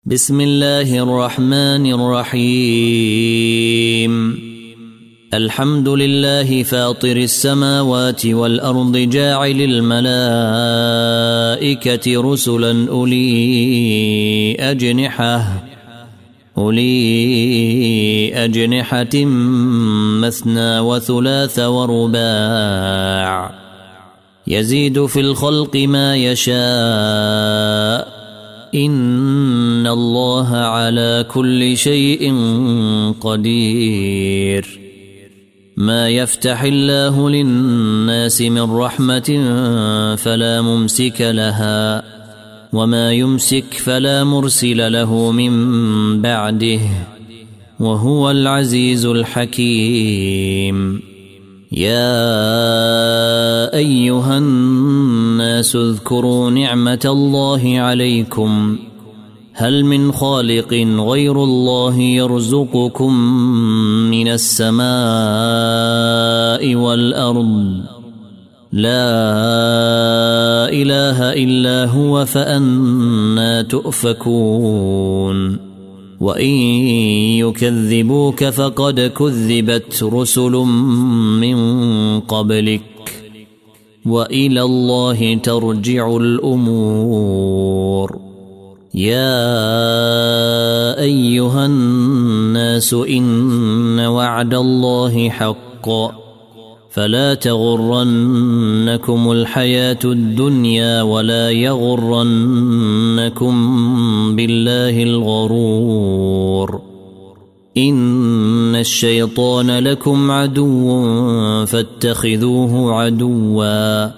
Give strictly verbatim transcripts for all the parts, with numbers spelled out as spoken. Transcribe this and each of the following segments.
بسم الله الرحمن الرحيم. الحمد لله فاطر السماوات والأرض جاعل الملائكة رسلا أولي أجنحة أولي أجنحة مثنى وثلاث ورباع يزيد في الخلق ما يشاء إن الله على كل شيء قدير. ما يفتح الله للناس من رحمة فلا ممسك لها وما يمسك فلا مرسل له من بعده وهو العزيز الحكيم. يا أيها الناس اذكروا نعمة الله عليكم هل من خالق غير الله يرزقكم من السماء والأرض لا إله إلا هو فأنى تؤفكون. وإن يكذبوك فقد كذبت رسل من قبلك وإلى الله ترجع الأمور. يا أيها الناس إن وعد الله حق فلا تغرنكم الحياة الدنيا ولا يغرنكم بالله الغرور. إن الشيطان لكم عدو فاتخذوه عدوا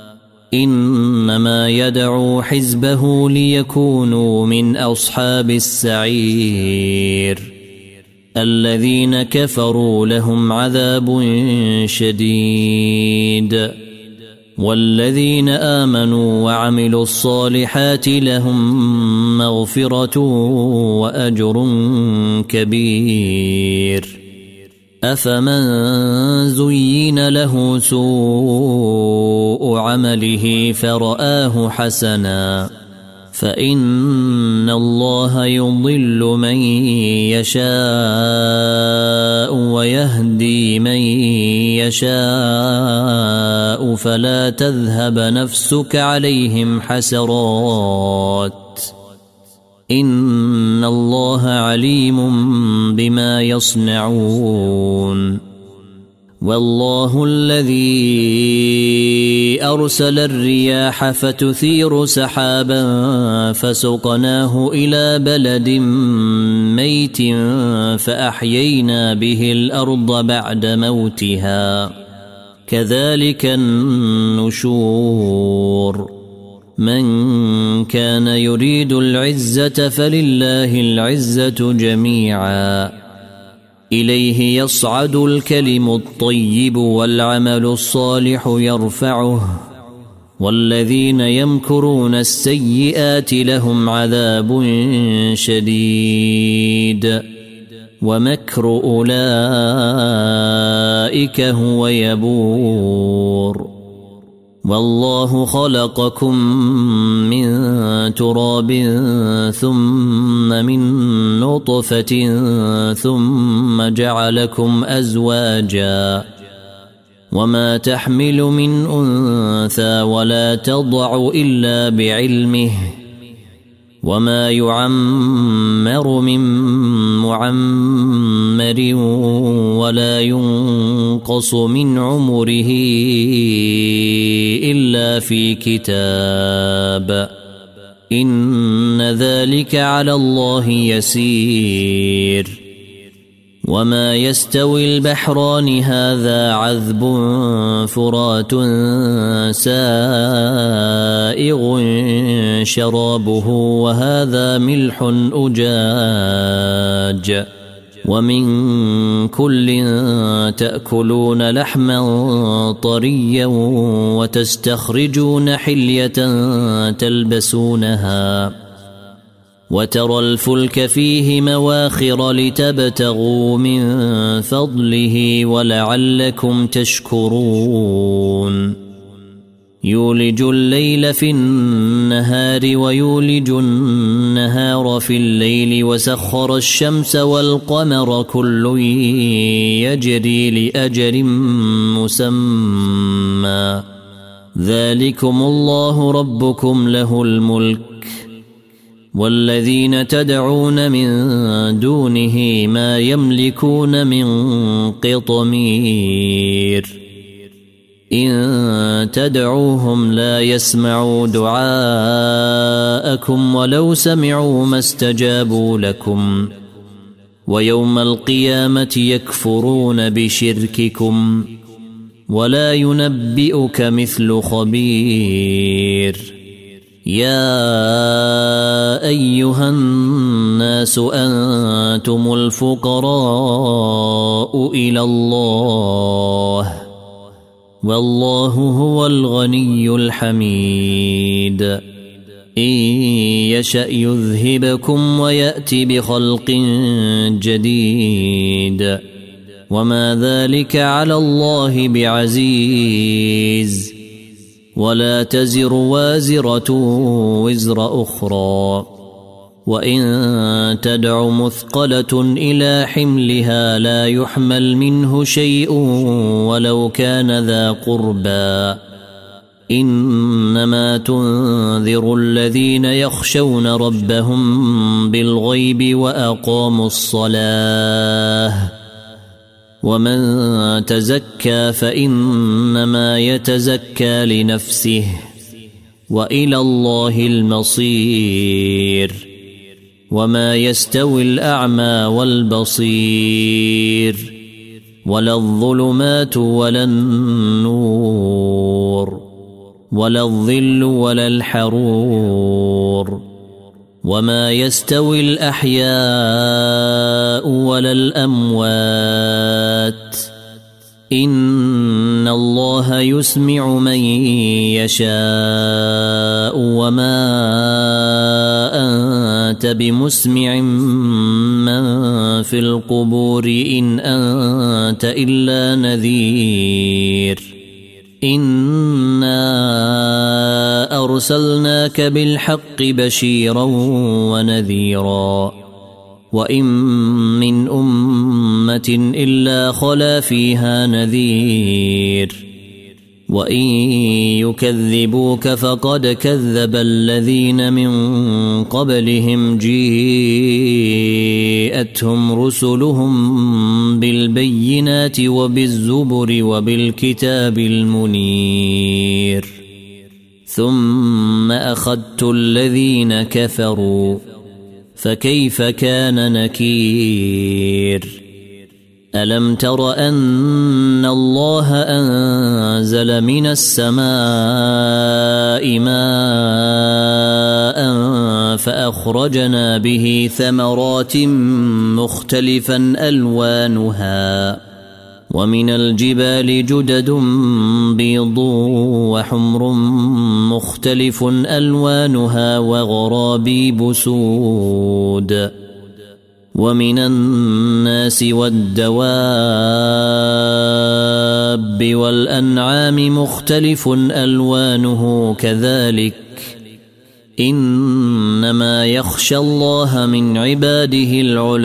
إنما يدعو حزبه ليكونوا من أصحاب السعير. الذين كفروا لهم عذاب شديد والذين آمنوا وعملوا الصالحات لهم مغفرة وأجر كبير. أفمن زين له سوء عمله فرآه حسنا فإن الله يضل من يشاء ويهدي من يشاء فلا تذهب نفسك عليهم حسرات إن الله عليم بما يصنعون. والله الذي أرسل الرياح فتثير سحابا فسقناه إلى بلد ميت فأحيينا به الأرض بعد موتها كذلك النشور. من كان يريد العزة فلله العزة جميعا إليه يصعد الكلم الطيب والعمل الصالح يرفعه والذين يمكرون السيئات لهم عذاب شديد ومكر أولئك هو يبور. والله خلقكم من تراب ثم من نطفة ثم جعلكم أزواجا وما تحمل من أنثى ولا تضع إلا بعلمه وما يعمر من معمر ولا ينقص من عمره إلا في كتاب إن ذلك على الله يسير. وما يستوي البحران هذا عذب فرات سائغ شرابه وهذا ملح أجاج ومن كل تأكلون لحما طريا وتستخرجون حلية تلبسونها وترى الفلك فيه مواخر لتبتغوا من فضله ولعلكم تشكرون. يولج الليل في النهار ويولج النهار في الليل وسخر الشمس والقمر كل يجري لأجل مسمى ذلكم الله ربكم له الملك والذين تدعون من دونه ما يملكون من قطمير إن تدعوهم لا يسمعوا دعاءكم ولو سمعوا ما استجابوا لكم ويوم القيامة يكفرون بشرككم ولا ينبئك مثل خبير يا أيها الناس أنتم الفقراء إلى الله والله هو الغني الحميد إن يشأ يذهبكم ويأتي بخلق جديد وما ذلك على الله بعزيز ولا تزر وازرة وزر أخرى وإن تدع مثقلة إلى حملها لا يحمل منه شيء ولو كان ذا قربى إنما تنذر الذين يخشون ربهم بالغيب وأقاموا الصلاة ومن تزكى فإنما يتزكى لنفسه وإلى الله المصير وما يستوي الأعمى والبصير ولا الظلمات ولا النور ولا الظل ولا الحرور وما يستوي الأحياء ولا الأموات إن الله يسمع من يشاء وما أنت بمسمع من في القبور إن أنت إلا نذير إنا أرسلناك بالحق بشيرا ونذيرا وإن من أمة إلا خلا فيها نذير وإن يكذبوك فقد كذب الذين من قبلهم جيءتهم رسلهم بالبينات وبالزبر وبالكتاب المنير ثم أخذت الذين كفروا فكيف كان نكير ألم تر أن الله أنزل من السماء ماء فأخرجنا به ثمرات مختلفا ألوانها ومن الجبال جدد بيض وحمر مختلف ألوانها وغرابيب سود ومن الناس والدواب والأنعام مختلف ألوانه كذلك إنما يخشى الله من عباده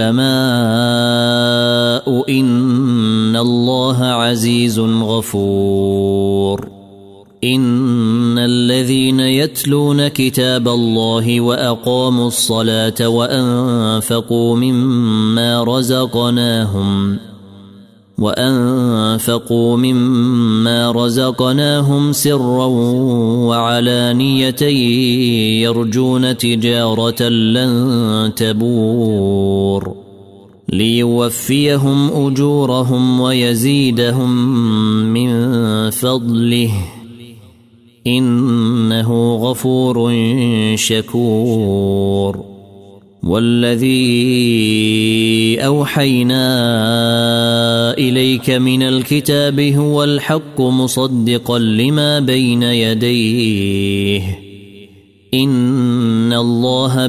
العلماء إن الله عزيز غفور إن الذين يتلون كتاب الله وأقاموا الصلاة وأنفقوا مما رزقناهم وأنفقوا مما رزقناهم سرا وعلانية يرجون تجارة لن تبور ليوفيهم أجورهم ويزيدهم من فضله إنه غفور شكور والذي أوحينا إليك من الكتاب هو الحق مصدقا لما بين يديه إن الله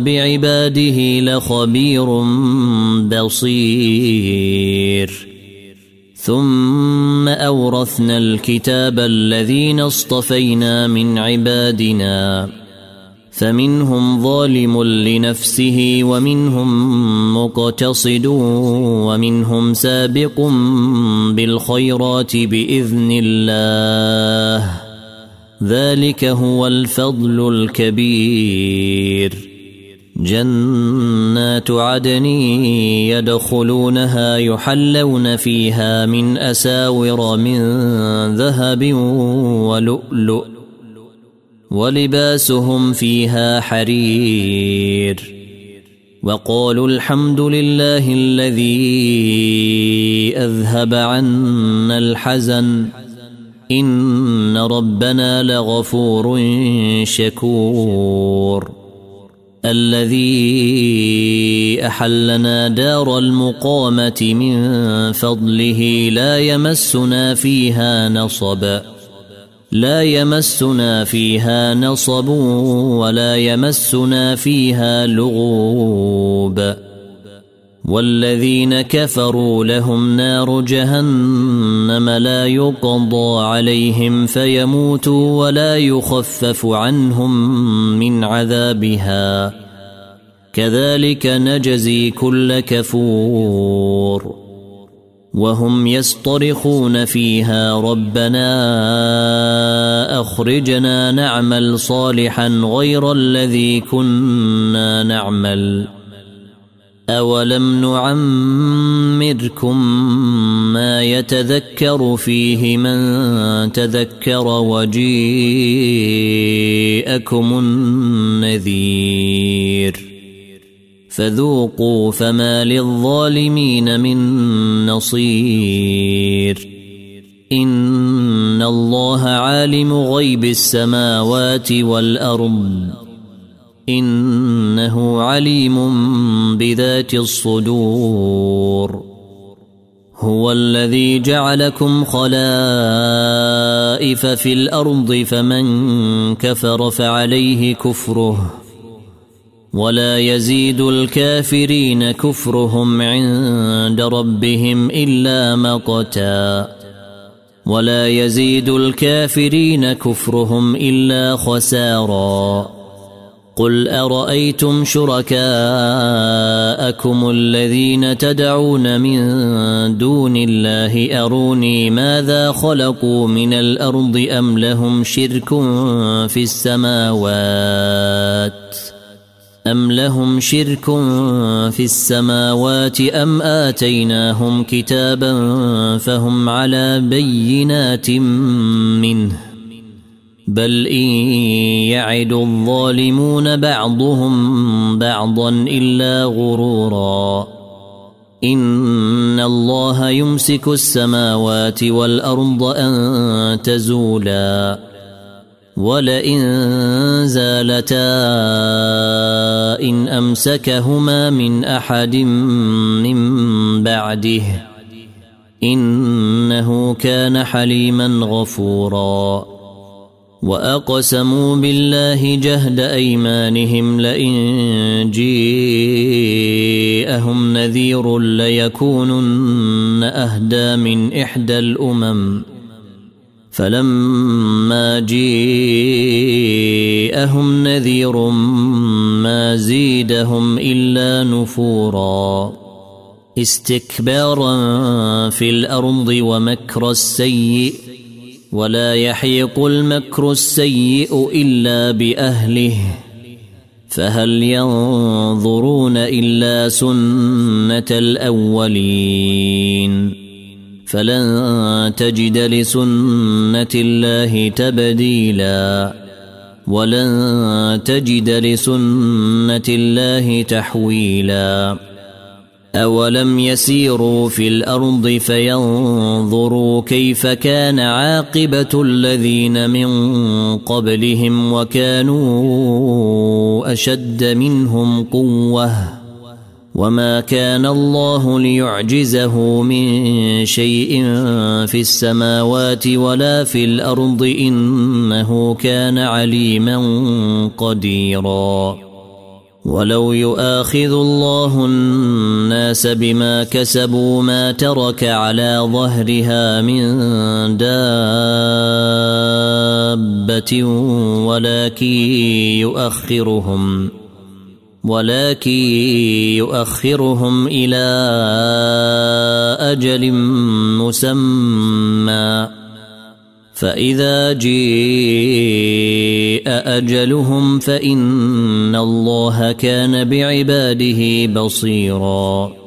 بعباده لخبير بصير ثم أورثنا الكتاب الذين اصطفينا من عبادنا فمنهم ظالم لنفسه ومنهم مقتصد ومنهم سابق بالخيرات بإذن الله ذلك هو الفضل الكبير. جنات عدن يدخلونها يحلون فيها من أساور من ذهب ولؤلؤ ولباسهم فيها حرير وقالوا الحمد لله الذي أذهب عنا الحزن إن ربنا لغفور شكور. الذي أحلنا دار المقامة من فضله لا يمسنا فيها نصب لا يمسنا فيها نصب ولا يمسنا فيها لغوب. والذين كفروا لهم نار جهنم لا يقضى عليهم فيموتوا ولا يخفف عنهم من عذابها كذلك نجزي كل كفور. وهم يصطرخون فيها ربنا أخرجنا نعمل صالحا غير الذي كنا نعمل أولم نعمركم ما يتذكر فيه من تذكر وجيءكم النذير فذوقوا فما للظالمين من نصير. إن الله عالم غيب السماوات والأرض إنه عليم بذات الصدور. هو الذي جعلكم خلائف في الأرض فمن كفر فعليه كفره ولا يزيد الكافرين كفرهم عند ربهم إلا مقتا ولا يزيد الكافرين كفرهم إلا خسارا. قل أرأيتم شركاءكم الذين تدعون من دون الله أروني ماذا خلقوا من الأرض أم لهم شرك في السماوات أم لهم شرك في السماوات أم آتيناهم كتابا فهم على بينات منه بل إن يعد الظالمون بعضهم بعضا إلا غرورا. إن الله يمسك السماوات والأرض أن تزولا ولئن زالتا إن أمسكهما من أحد من بعده إنه كان حليما غفورا. وأقسموا بالله جهد أيمانهم لئن جيءهم نذير ليكونن أهدى من إحدى الأمم فلما جيءهم نذير ما زيدهم إلا نفورا. استكبارا في الأرض ومكر السيء ولا يحيق المكر السيء إلا بأهله فهل ينظرون إلا سنة الأولين فلن تجد لسنة الله تبديلا ولن تجد لسنة الله تحويلا. أولم يسيروا في الأرض فينظروا كيف كان عاقبة الذين من قبلهم وكانوا أشد منهم قوة وما كان الله ليعجزه من شيء في السماوات ولا في الأرض إنه كان عليما قديرا. ولو يؤاخذ الله الناس بما كسبوا ما ترك على ظهرها من دابة ولكن يؤخرهم ولكن يؤخرهم إلى أجل مسمى فإذا جاء أجلهم فإن الله كان بعباده بصيراً